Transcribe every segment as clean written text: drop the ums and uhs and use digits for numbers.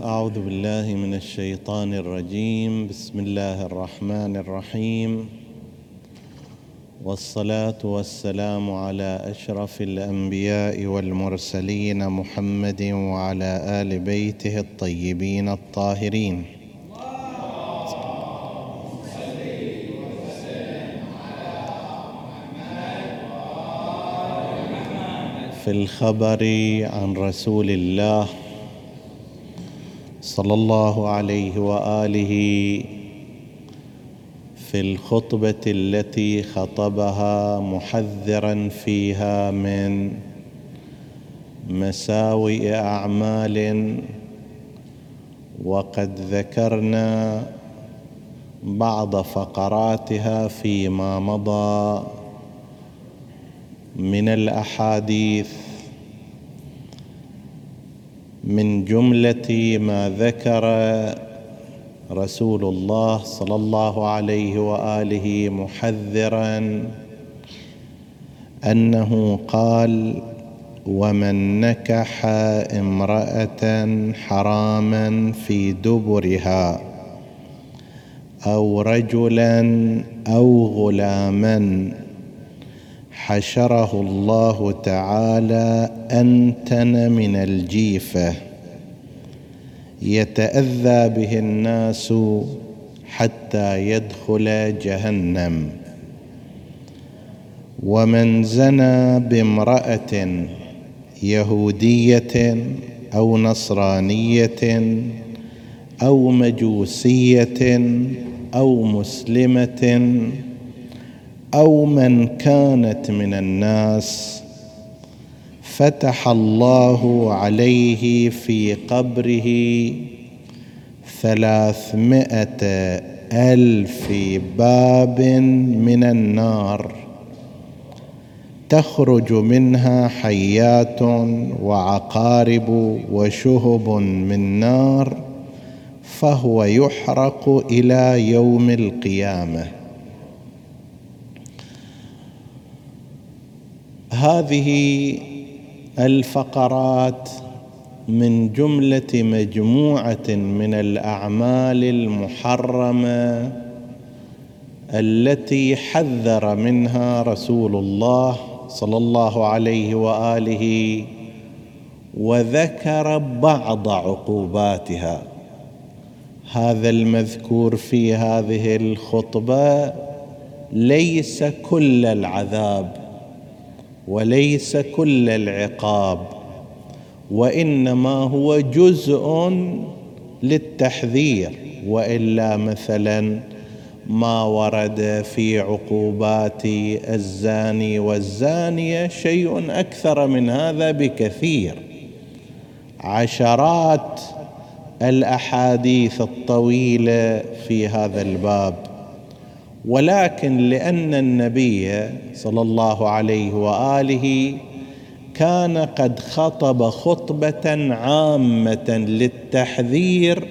أعوذ بالله من الشيطان الرجيم. بسم الله الرحمن الرحيم، والصلاة والسلام على أشرف الأنبياء والمرسلين محمد وعلى آل بيته الطيبين الطاهرين. في الخبر عن رسول الله صلى الله عليه وآله في الخطبة التي خطبها محذرا فيها من مساوئ أعمال، وقد ذكرنا بعض فقراتها فيما مضى من الأحاديث. من جملة ما ذكر رسول الله صلى الله عليه وآله محذرا أنه قال: ومن نكح امرأة حراما في دبرها أو رجلا أو غلاما حشره الله تعالى أنتن من الجيفة يتأذى به الناس حتى يدخل جهنم. ومن زنى بامرأة يهودية أو نصرانية أو مجوسية أو مسلمة أو من كانت من الناس، فتح الله عليه في قبره 300,000 باب من النار، تخرج منها حيات وعقارب وشهب من نار، فهو يحرق إلى يوم القيامة. هذه الفقرات من جملة مجموعة من الأعمال المحرمة التي حذر منها رسول الله صلى الله عليه وآله، وذكر بعض عقوباتها. هذا المذكور في هذه الخطبة ليس كل العذاب وليس كل العقاب، وإنما هو جزء للتحذير. وإلا مثلا ما ورد في عقوبات الزاني والزانية شيء أكثر من هذا بكثير، عشرات الأحاديث الطويلة في هذا الباب. ولكن لأن النبي صلى الله عليه وآله كان قد خطب خطبة عامة للتحذير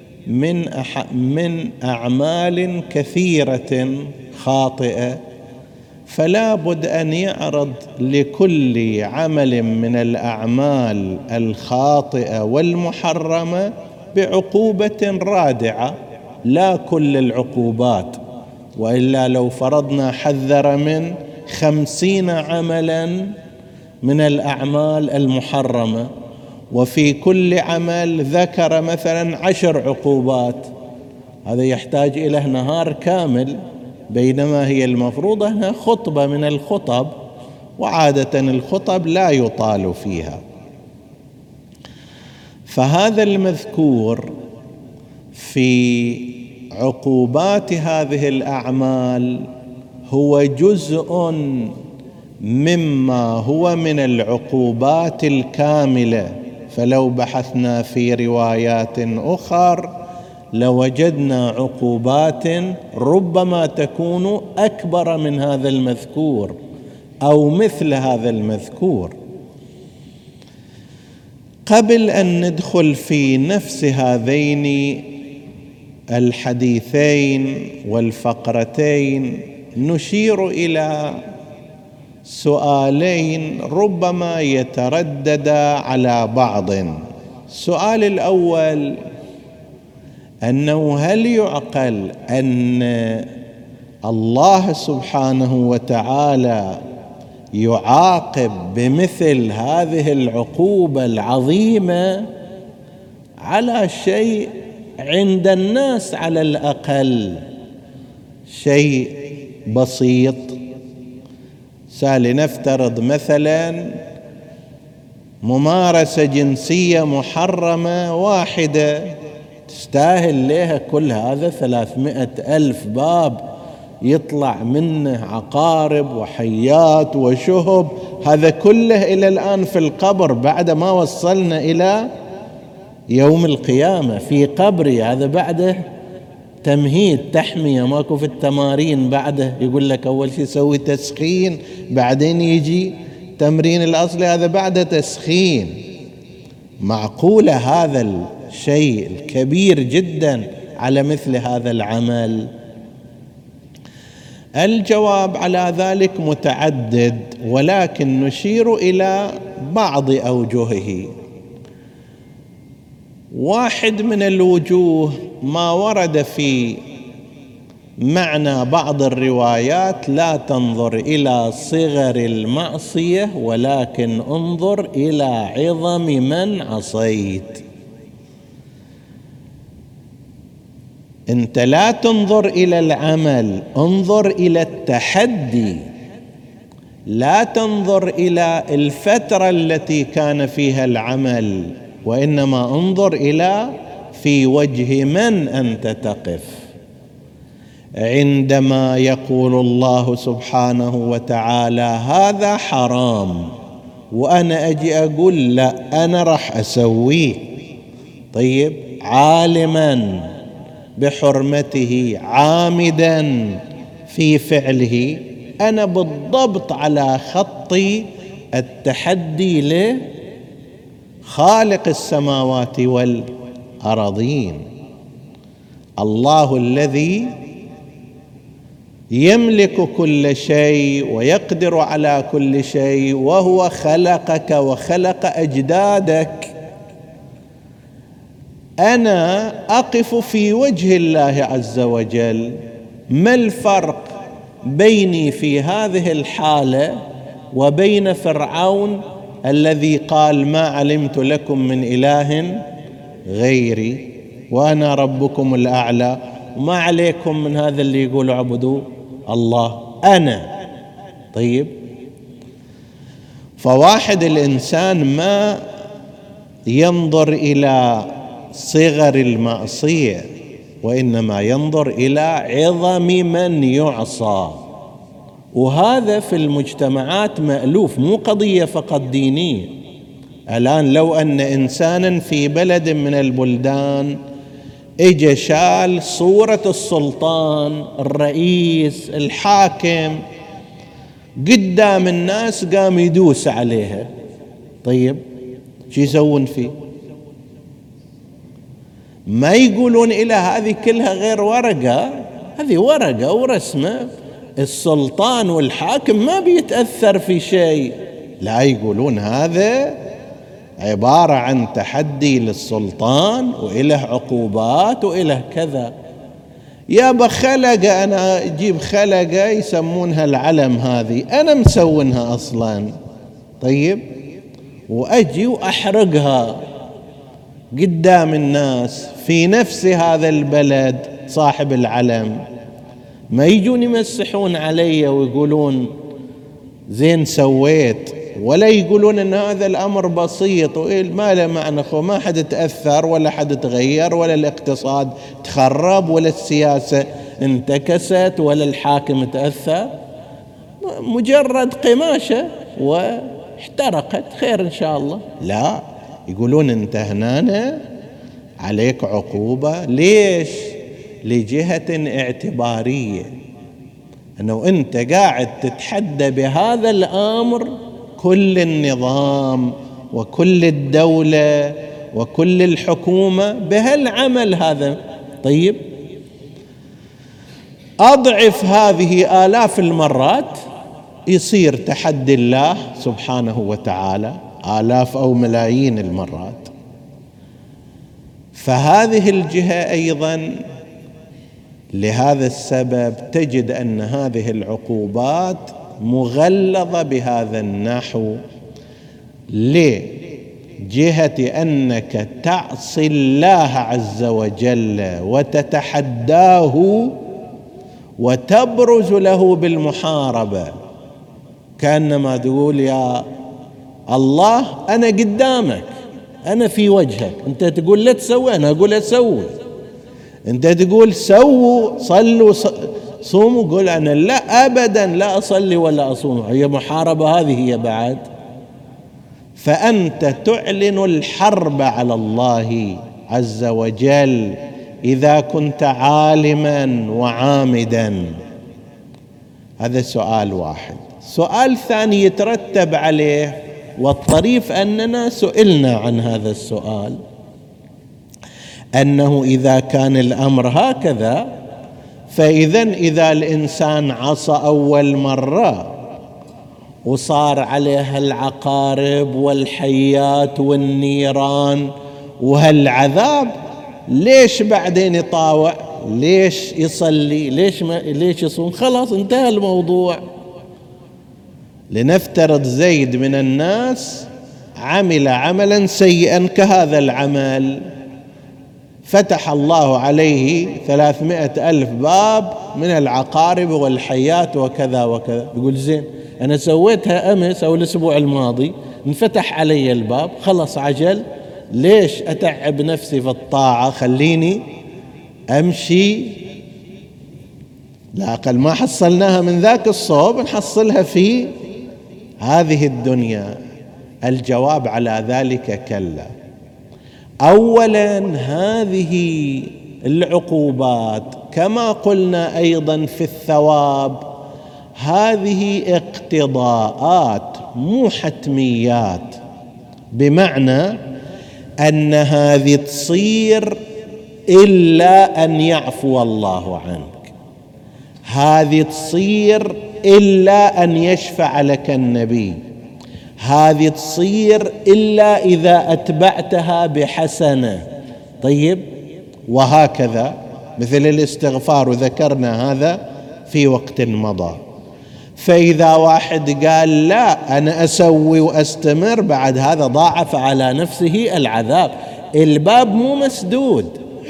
من أعمال كثيرة خاطئة، فلا بد أن يعرض لكل عمل من الأعمال الخاطئة والمحرمة بعقوبة رادعة، لا كل العقوبات. وإلا لو فرضنا حذر من 50 عملا من الأعمال المحرمة، وفي كل عمل ذكر مثلا 10 عقوبات، هذا يحتاج إلى نهار كامل، بينما هي المفروضة أنها خطبة من الخطب، وعادة الخطب لا يطال فيها. فهذا المذكور في عقوبات هذه الأعمال هو جزء مما هو من العقوبات الكاملة. فلو بحثنا في روايات أخرى لوجدنا عقوبات ربما تكون أكبر من هذا المذكور أو مثل هذا المذكور. قبل أن ندخل في نفس هذين الحديثين والفقرتين نشير إلى سؤالين ربما يترددا على بعض. السؤال الأول أنه هل يعقل أن الله سبحانه وتعالى يعاقب بمثل هذه العقوبة العظيمة على شيء عند الناس على الأقل شيء بسيط؟ لنفترض مثلا ممارسة جنسية محرمة واحدة تستاهل لها كل هذا 300,000 باب يطلع منه عقارب وحيات وشهب، هذا كله إلى الآن في القبر بعد ما وصلنا إلى يوم القيامة في قبري، هذا بعده تمهيد تحمية، ماكو في التمارين بعده يقول لك أول شيء سوي تسخين بعدين يجي تمرين الأصلي، هذا بعده تسخين. معقولة هذا الشيء الكبير جدا على مثل هذا العمل؟ الجواب على ذلك متعدد، ولكن نشير إلى بعض أوجهه. واحد من الوجوه ما ورد في معنى بعض الروايات: لا تنظر إلى صغر المعصية ولكن انظر إلى عظم من عصيت. أنت لا تنظر إلى العمل، انظر إلى التحدي، لا تنظر إلى الفترة التي كان فيها العمل، وإنما انظر إلى في وجه من أنت تقف. عندما يقول الله سبحانه وتعالى هذا حرام وأنا أجي أقول لا أنا راح أسويه، طيب عالما بحرمته عامدا في فعله، أنا بالضبط على خط التحدي لخالق السماوات والأراضين، الله الذي يملك كل شيء ويقدر على كل شيء، وهو خلقك وخلق أجدادك. أنا أقف في وجه الله عز وجل، ما الفرق بيني في هذه الحالة وبين فرعون الذي قال ما علمت لكم من إله غيري وأنا ربكم الأعلى، وما عليكم من هذا اللي يقول اعبدوا الله أنا؟ طيب، فواحد الإنسان ما ينظر إلى صغر المعصية وإنما ينظر إلى عظم من يعصى، وهذا في المجتمعات مألوف، مو قضية فقط دينية. الآن لو أن إنسانا في بلد من البلدان اجى شال صورة السلطان الرئيس الحاكم قدام الناس قام يدوس عليها، طيب شو يسوون فيه؟ ما يقولون إلى هذه كلها غير ورقة، هذه ورقة ورسمة، السلطان والحاكم ما بيتأثر في شيء، لا، يقولون هذا عبارة عن تحدي للسلطان وإله عقوبات وإله كذا. يا بخلقة، أنا أجيب خلقة يسمونها العلم، هذه أنا مسوينها أصلا، طيب، وأجي وأحرقها قدام الناس في نفس هذا البلد صاحب العلم، ما يجون يمسحون علي ويقولون زين سويت، ولا يقولون ان هذا الامر بسيط ما له معنى، ما حد تأثر ولا حد تغير ولا الاقتصاد تخرب ولا السياسة انتكست ولا الحاكم تأثر، مجرد قماشة واحترقت، خير ان شاء الله. لا، يقولون انت هنا عليك عقوبة. ليش؟ لجهة اعتبارية، انه انت قاعد تتحدى بهذا الامر كل النظام وكل الدولة وكل الحكومة بهالعمل هذا. طيب، أضعف هذه آلاف المرات يصير تحدي الله سبحانه وتعالى، آلاف أو ملايين المرات. فهذه الجهة أيضا لهذا السبب تجد أن هذه العقوبات مغلظة بهذا النحو، لجهة أنك تعصي الله عز وجل وتتحداه وتبرز له بالمحاربة، كأنما تقول يا الله أنا قدامك، أنا في وجهك، أنت تقول لا تسوي أنا أقول أسوي، أنت تقول سووا صلوا صوموا قول أنا لا أبدا لا أصلي ولا أصوم. هي محاربة هذه هي بعد. فأنت تعلن الحرب على الله عز وجل إذا كنت عالما وعامدا. هذا سؤال واحد. سؤال ثاني يترتب عليه، والطريف أننا سئلنا عن هذا السؤال، أنه إذا كان الأمر هكذا إذا الإنسان عصى أول مرة وصار عليه العقارب والحيات والنيران وهالعذاب، ليش بعدين يطاوع؟ ليش يصلي؟ ليش يصوم؟ خلاص انتهى الموضوع. لنفترض زيد من الناس عمل عملا سيئا كهذا العمل، فتح الله عليه 300,000 باب من العقارب والحيات وكذا وكذا. يقول زين أنا سويتها أمس أو الأسبوع الماضي، انفتح علي الباب، خلص عجل، ليش أتعب نفسي في الطاعة؟ خليني أمشي، لا أقل ما حصلناها من ذاك الصوب نحصلها في هذه الدنيا. الجواب على ذلك كلا. أولا هذه العقوبات كما قلنا أيضا في الثواب هذه اقتضاءات مو حتميات، بمعنى أن هذه تصير إلا أن يعفو الله عنك، هذه تصير إلا أن يشفع لك النبي، هذه تصير إلا إذا أتبعتها بحسنة. طيب وهكذا مثل الاستغفار، وذكرنا هذا في وقت مضى. فإذا واحد قال لا أنا أسوي وأستمر، بعد هذا ضاعف على نفسه العذاب. الباب مو مسدود،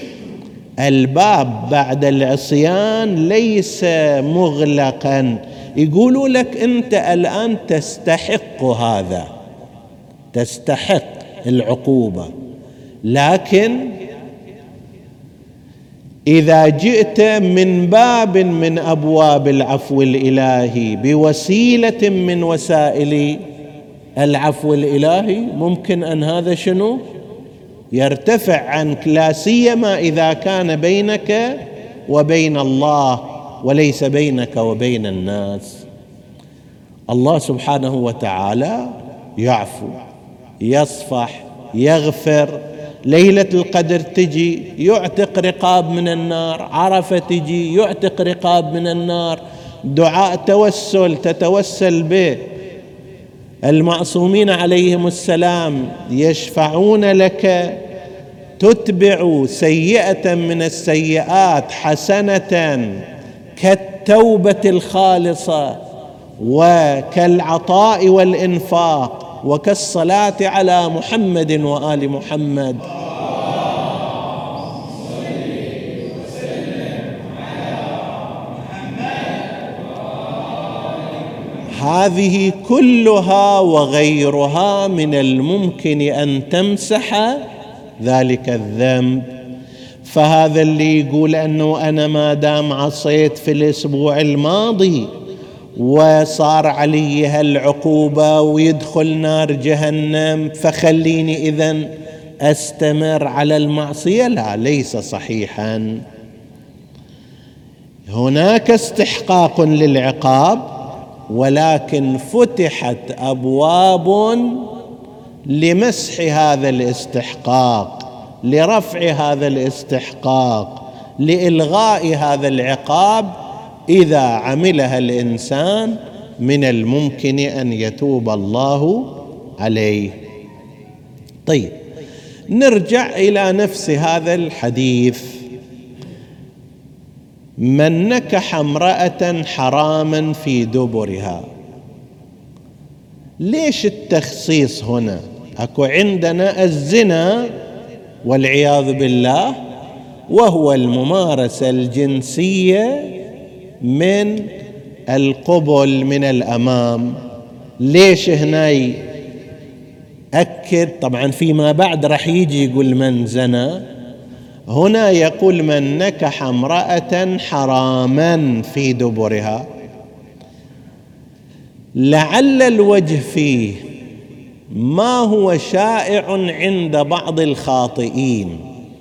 الباب بعد العصيان ليس مغلقا. يقولوا لك أنت الآن تستحق هذا، تستحق العقوبة، لكن إذا جئت من باب من أبواب العفو الإلهي بوسيلة من وسائل العفو الإلهي، ممكن أن هذا شنو يرتفع عنك، لا سيما إذا كان بينك وبين الله وليس بينك وبين الناس. الله سبحانه وتعالى يعفو، يصفح، يغفر. ليلة القدر تجي يعتق رقاب من النار، عرفة تجي يعتق رقاب من النار. دعاء توسل تتوسل به، المعصومين عليهم السلام يشفعون لك، تتبع سيئة من السيئات حسنة كالتوبة الخالصة وكالعطاء والإنفاق وكالصلاة على محمد وآل محمد. هذه كلها وغيرها من الممكن أن تمسح ذلك الذنب. فهذا اللي يقول أنه أنا ما دام عصيت في الأسبوع الماضي وصار علي هالعقوبة ويدخل نار جهنم فخليني إذن أستمر على المعصية، لا، ليس صحيحا. هناك استحقاق للعقاب، ولكن فتحت أبواب لمسح هذا الاستحقاق، لرفع هذا الاستحقاق، لإلغاء هذا العقاب. إذا عملها الإنسان من الممكن أن يتوب الله عليه. طيب نرجع إلى نفس هذا الحديث: من نكح امرأة حراما في دبرها. ليش التخصيص هنا؟ أكو عندنا الزنا والعياذ بالله، وهو الممارسة الجنسية من القبل من الأمام. ليش هنا أكد؟ طبعا فيما بعد رح يجي يقول من زنى، هنا يقول من نكح امرأة حراما في دبرها. لعل الوجه فيه ما هو شائع عند بعض الخاطئين: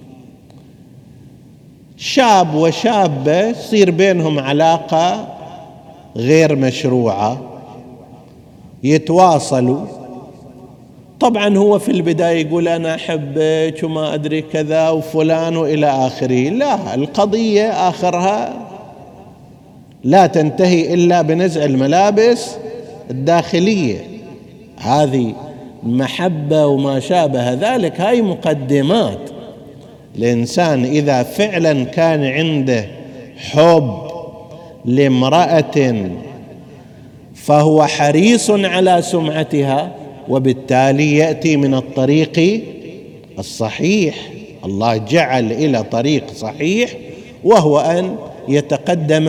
شاب وشابة يصير بينهم علاقة غير مشروعة، يتواصلوا. طبعا هو في البداية يقول أنا أحبك وما أدري كذا وفلان وإلى آخره. لا، القضية آخرها لا تنتهي إلا بنزع الملابس الداخلية. هذه المحبة وما شابه ذلك هاي مقدمات. الإنسان إذا فعلا كان عنده حب لامرأة فهو حريص على سمعتها، وبالتالي يأتي من الطريق الصحيح. الله جعل إلى طريق صحيح، وهو أن يتقدم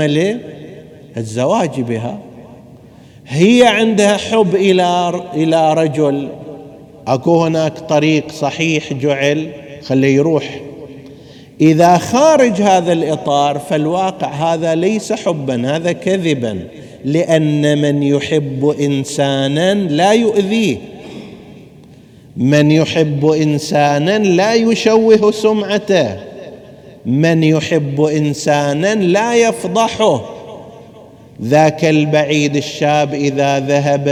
للزواج بها. هي عندها حب إلى رجل، أكو هناك طريق صحيح جعل، خليه يروح. إذا خارج هذا الإطار فالواقع هذا ليس حبا، هذا كذبا، لأن من يحب إنسانا لا يؤذيه، من يحب إنسانا لا يشوه سمعته، من يحب إنسانا لا يفضحه. ذاك البعيد الشاب إذا ذهب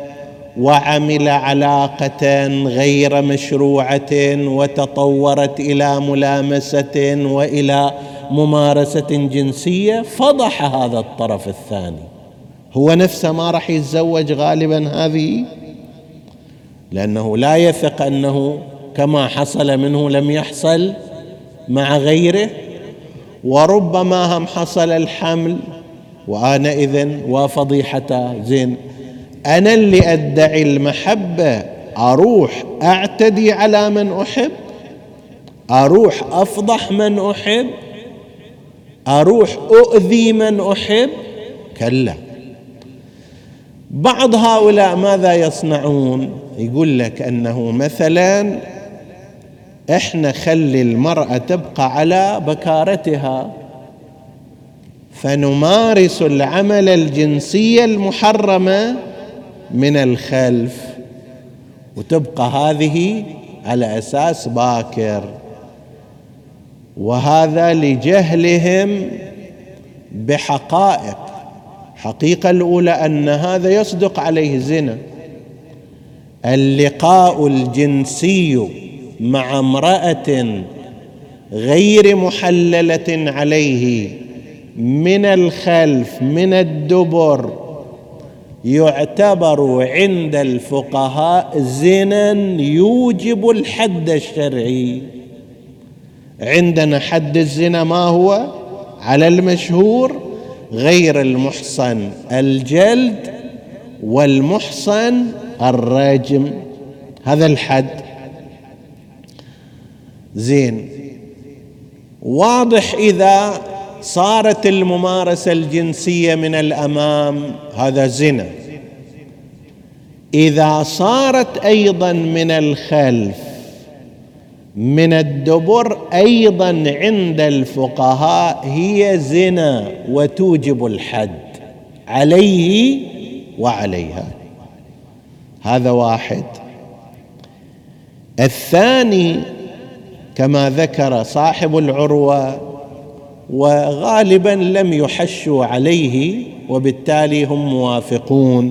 وعمل علاقة غير مشروعة وتطورت إلى ملامسة وإلى ممارسة جنسية، فضح هذا الطرف الثاني. هو نفسه ما راح يتزوج غالبا هذه، لأنه لا يثق أنه كما حصل منه لم يحصل مع غيره، وربما هم حصل الحمل وأنا إذن وفضيحته. زين، أنا اللي أدعي المحبة أروح أعتدي على من أحب؟ أروح أفضح من أحب؟ أروح أؤذي من أحب؟ كلا. بعض هؤلاء ماذا يصنعون؟ يقول لك أنه مثلا إحنا خلي المرأة تبقى على بكارتها فنمارس العمل الجنسي المحرمة من الخلف، وتبقى هذه على أساس باكر. وهذا لجهلهم بحقائق. حقيقة الأولى أن هذا يصدق عليه زنا. اللقاء الجنسي مع امرأة غير محللة عليه من الخلف من الدبر يعتبر عند الفقهاء زنا يوجب الحد الشرعي. عندنا حد الزنا ما هو؟ على المشهور غير المحصن الجلد، والمحصن الرجم، هذا الحد. زين، واضح إذا صارت الممارسة الجنسية من الأمام هذا زنا. إذا صارت أيضا من الخلف من الدبر أيضا عند الفقهاء هي زنا وتوجب الحد عليه وعليها. هذا واحد. الثاني كما ذكر صاحب العروة، وغالبا لم يحشوا عليه وبالتالي هم موافقون،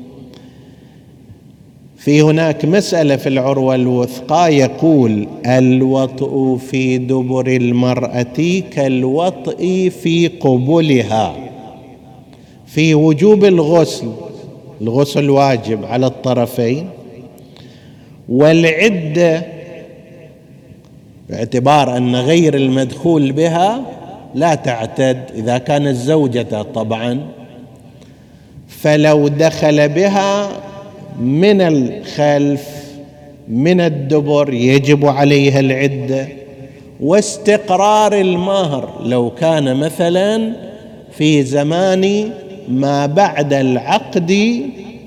في هناك مسألة في العروة الوثقى يقول: الوطء في دبر المرأة كالوطء في قبلها، في وجوب الغسل، الغسل واجب على الطرفين، والعدة باعتبار أن غير المدخول بها لا تعتد إذا كانت زوجته طبعا. فلو دخل بها من الخلف من الدبر يجب عليها العدة. واستقرار المهر لو كان مثلا في زمان ما بعد العقد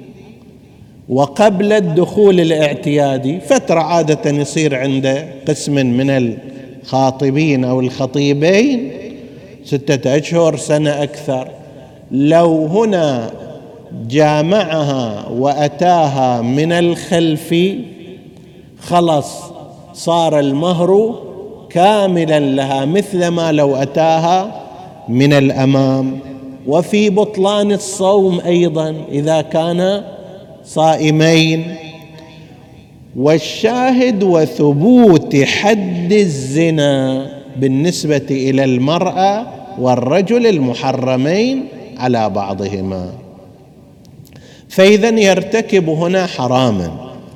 وقبل الدخول الاعتيادي، فترة عادة يصير عند قسم من الخاطبين أو الخطيبين 6 أشهر سنة أكثر، لو هنا جامعها وأتاها من الخلف خلص صار المهر كاملا لها مثل ما لو أتاها من الأمام. وفي بطلان الصوم أيضا إذا كان صائمين. والشاهد وثبوت حد الزنا بالنسبة إلى المرأة والرجل المحرمين على بعضهما. فإذا يرتكب هنا حراما.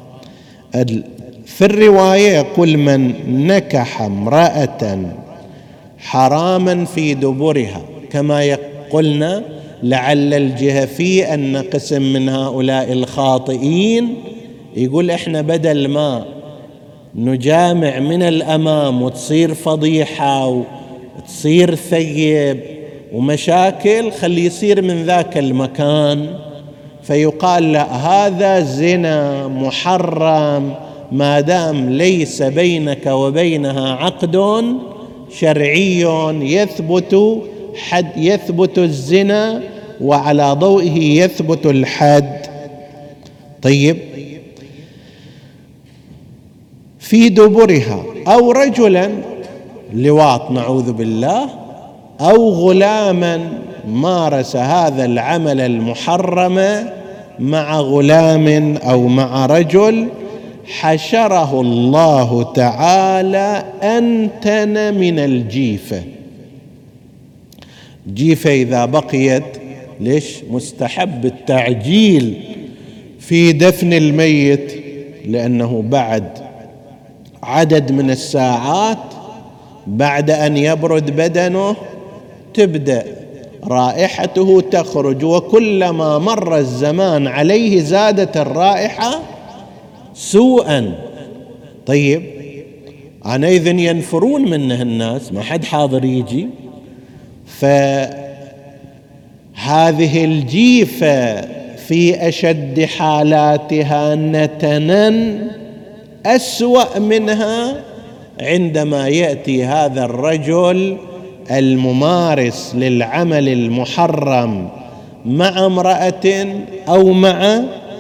في الرواية يقول من نكح امرأة حراما في دبرها، كما قلنا لعل الجهة في أن قسم من هؤلاء الخاطئين يقول إحنا بدل ما نجامع من الأمام وتصير فضيحة وتصير ثيب ومشاكل، خلي يصير من ذاك المكان، فيقال لا هذا زنا محرم ما دام ليس بينك وبينها عقد شرعي يثبت الزنا وعلى ضوئه يثبت الحد. طيب، في دبرها أو رجلا لواط نعوذ بالله، أو غلاما مارس هذا العمل المحرم مع غلام أو مع رجل، حشره الله تعالى أنتن من الجيفة. جيفة إذا بقيت، ليش مستحب التعجيل في دفن الميت؟ لأنه بعد عدد من الساعات بعد أن يبرد بدنه تبدأ رائحته تخرج، وكلما مر الزمان عليه زادت الرائحة سوءا. طيب، عنئذ ينفرون منه الناس، ما حد حاضر يجي. فهذه الجيفة في أشد حالاتها نتنا أسوأ منها عندما يأتي هذا الرجل الممارس للعمل المحرم مع امرأة أو مع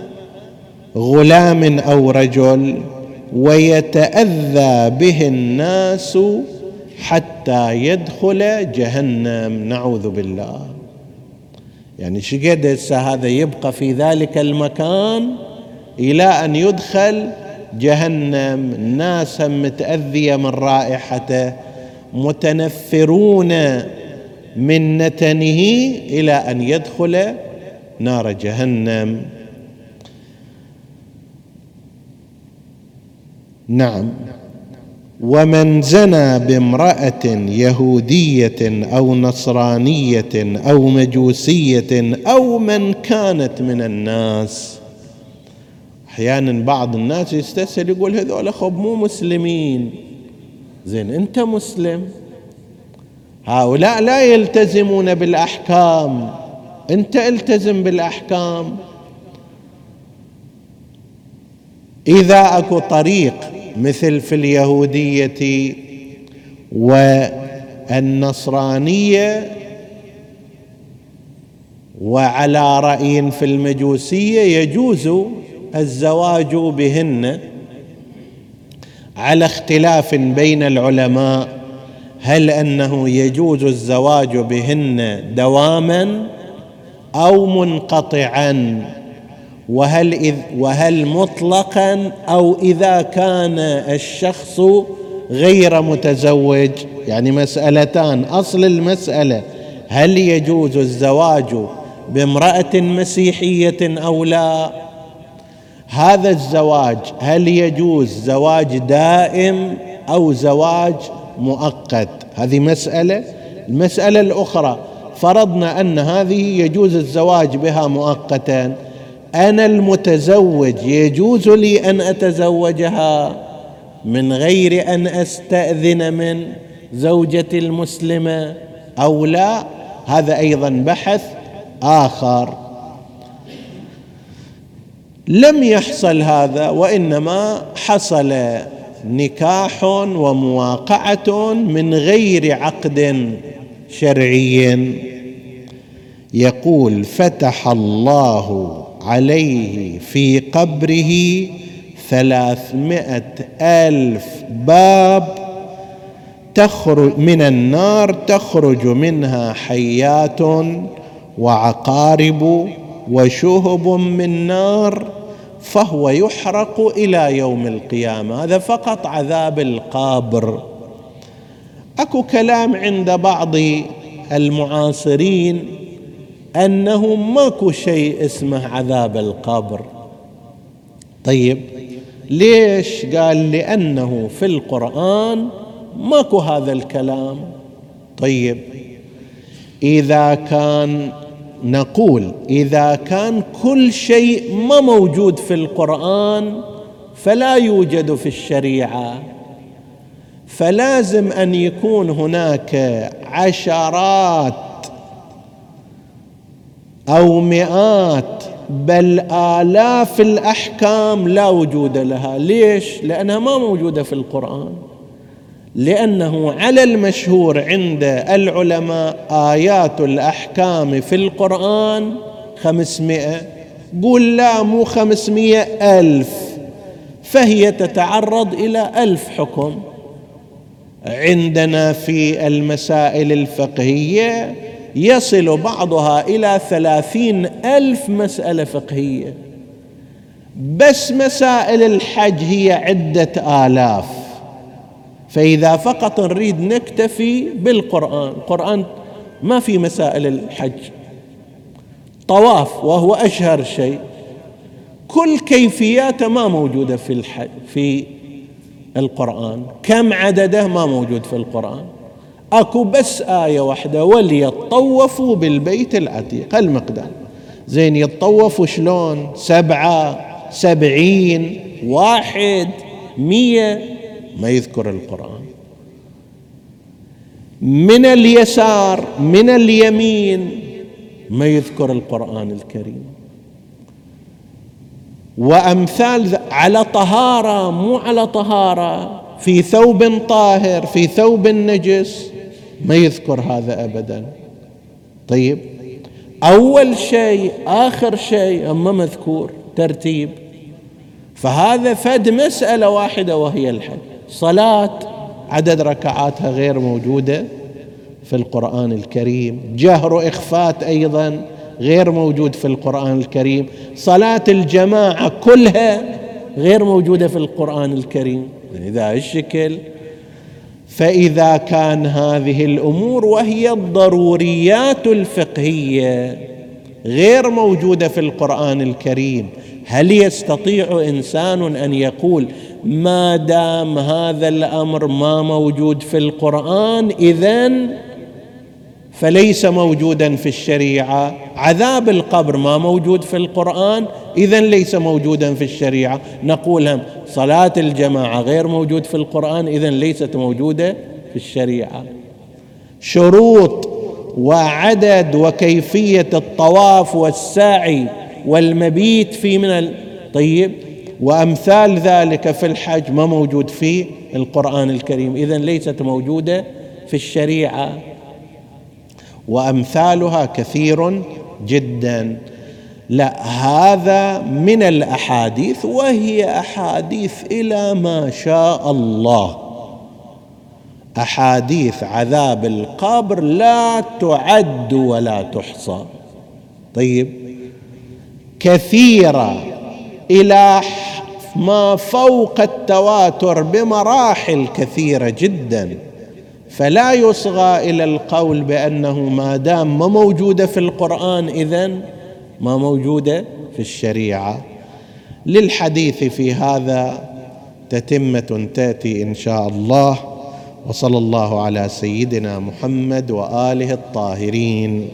غلام أو رجل، ويتأذى به الناس حتى يدخل جهنم، نعوذ بالله. يعني شقد هذا يبقى في ذلك المكان إلى أن يدخل جهنم، الناس متأذية من رائحته، متنفرون من نتنه إلى أن يدخل نار جهنم. نعم. ومن زنى بامرأة يهودية أو نصرانية أو مجوسية أو من كانت من الناس. أحيانا بعض الناس يستسهل يقول هذول خب مو مسلمين. زين، أنت مسلم، هؤلاء لا يلتزمون بالأحكام، أنت التزم بالأحكام. إذا أكو طريق مثل في اليهودية والنصرانية، وعلى رأي في المجوسية يجوز الزواج بهن، على اختلاف بين العلماء هل أنه يجوز الزواج بهن دواما أو منقطعا، وهل مطلقا أو إذا كان الشخص غير متزوج. يعني مسألتان، أصل المسألة هل يجوز الزواج بامرأة مسيحية أو لا؟ هذا الزواج هل يجوز زواج دائم أو زواج مؤقت. هذه مسألة. المسألة الأخرى، فرضنا أن هذه يجوز الزواج بها مؤقتا، أنا المتزوج يجوز لي أن أتزوجها من غير أن أستأذن من زوجتي المسلمة أو لا؟ هذا أيضا بحث آخر. لم يحصل هذا، وإنما حصل نكاح ومواقعة من غير عقد شرعي. يقول: فتح الله عليه في قبره 300,000 باب تخرج من النار، تخرج منها حيات وعقارب وشهب من نار، فهو يحرق إلى يوم القيامة. هذا فقط عذاب القبر. أكو كلام عند بعض المعاصرين أنه ماكو شيء اسمه عذاب القبر. طيب ليش؟ قال: لأنه في القرآن ماكو هذا الكلام. طيب نقول إذا كان كل شيء ما موجود في القرآن فلا يوجد في الشريعة، فلازم أن يكون هناك عشرات أو مئات بل آلاف الأحكام لا وجود لها. ليش؟ لأنها ما موجودة في القرآن. لأنه على المشهور عند العلماء آيات الأحكام في القرآن 500. قول لا، مو 500، 1000، فهي تتعرض إلى 1000 حكم. عندنا في المسائل الفقهية يصل بعضها إلى 30,000 مسألة فقهية. بس مسائل الحج هي عدة آلاف. فإذا فقط نريد نكتفي بالقرآن، القرآن ما في مسائل الحج. طواف وهو أشهر شيء، كل كيفياته ما موجودة في القرآن. كم عدده ما موجود في القرآن. أكو بس آية واحدة: وليطوفوا بالبيت العتيق. المقدار زين، يطوفوا شلون؟ 7، 70، 1، 100، ما يذكر القرآن. من اليسار، من اليمين، ما يذكر القرآن الكريم. وأمثال على طهارة، مو على طهارة، في ثوب طاهر، في ثوب نجس، ما يذكر هذا أبدا. طيب أول شيء آخر شيء أما مذكور ترتيب. فهذا فد مسألة واحدة وهي الحج. صلاة عدد ركعاتها غير موجودة في القرآن الكريم. جهر إخفات أيضا غير موجود في القرآن الكريم. صلاة الجماعة كلها غير موجودة في القرآن الكريم. إذا الشكل، فإذا كان هذه الأمور وهي الضروريات الفقهية غير موجودة في القرآن الكريم، هل يستطيع إنسان أن يقول ما دام هذا الأمر ما موجود في القرآن إذن فليس موجودا في الشريعة؟ عذاب القبر ما موجود في القرآن إذن ليس موجودا في الشريعة. نقول هم صلاة الجماعة غير موجود في القرآن إذن ليست موجودة في الشريعة. شروط وعدد وكيفية الطواف والسعي والمبيت في طيب وأمثال ذلك في الحج ما موجود في القرآن الكريم إذن ليست موجودة في الشريعة. وأمثالها كثير جدا. لا، هذا من الأحاديث، وهي أحاديث إلى ما شاء الله. أحاديث عذاب القبر لا تعد ولا تحصى. طيب كثيرة إلى ما فوق التواتر بمراحل كثيرة جدا. فلا يصغى إلى القول بأنه ما دام ما موجودة في القرآن إذن ما موجودة في الشريعة. للحديث في هذا تتمة تأتي إن شاء الله. وصلى الله على سيدنا محمد وآله الطاهرين.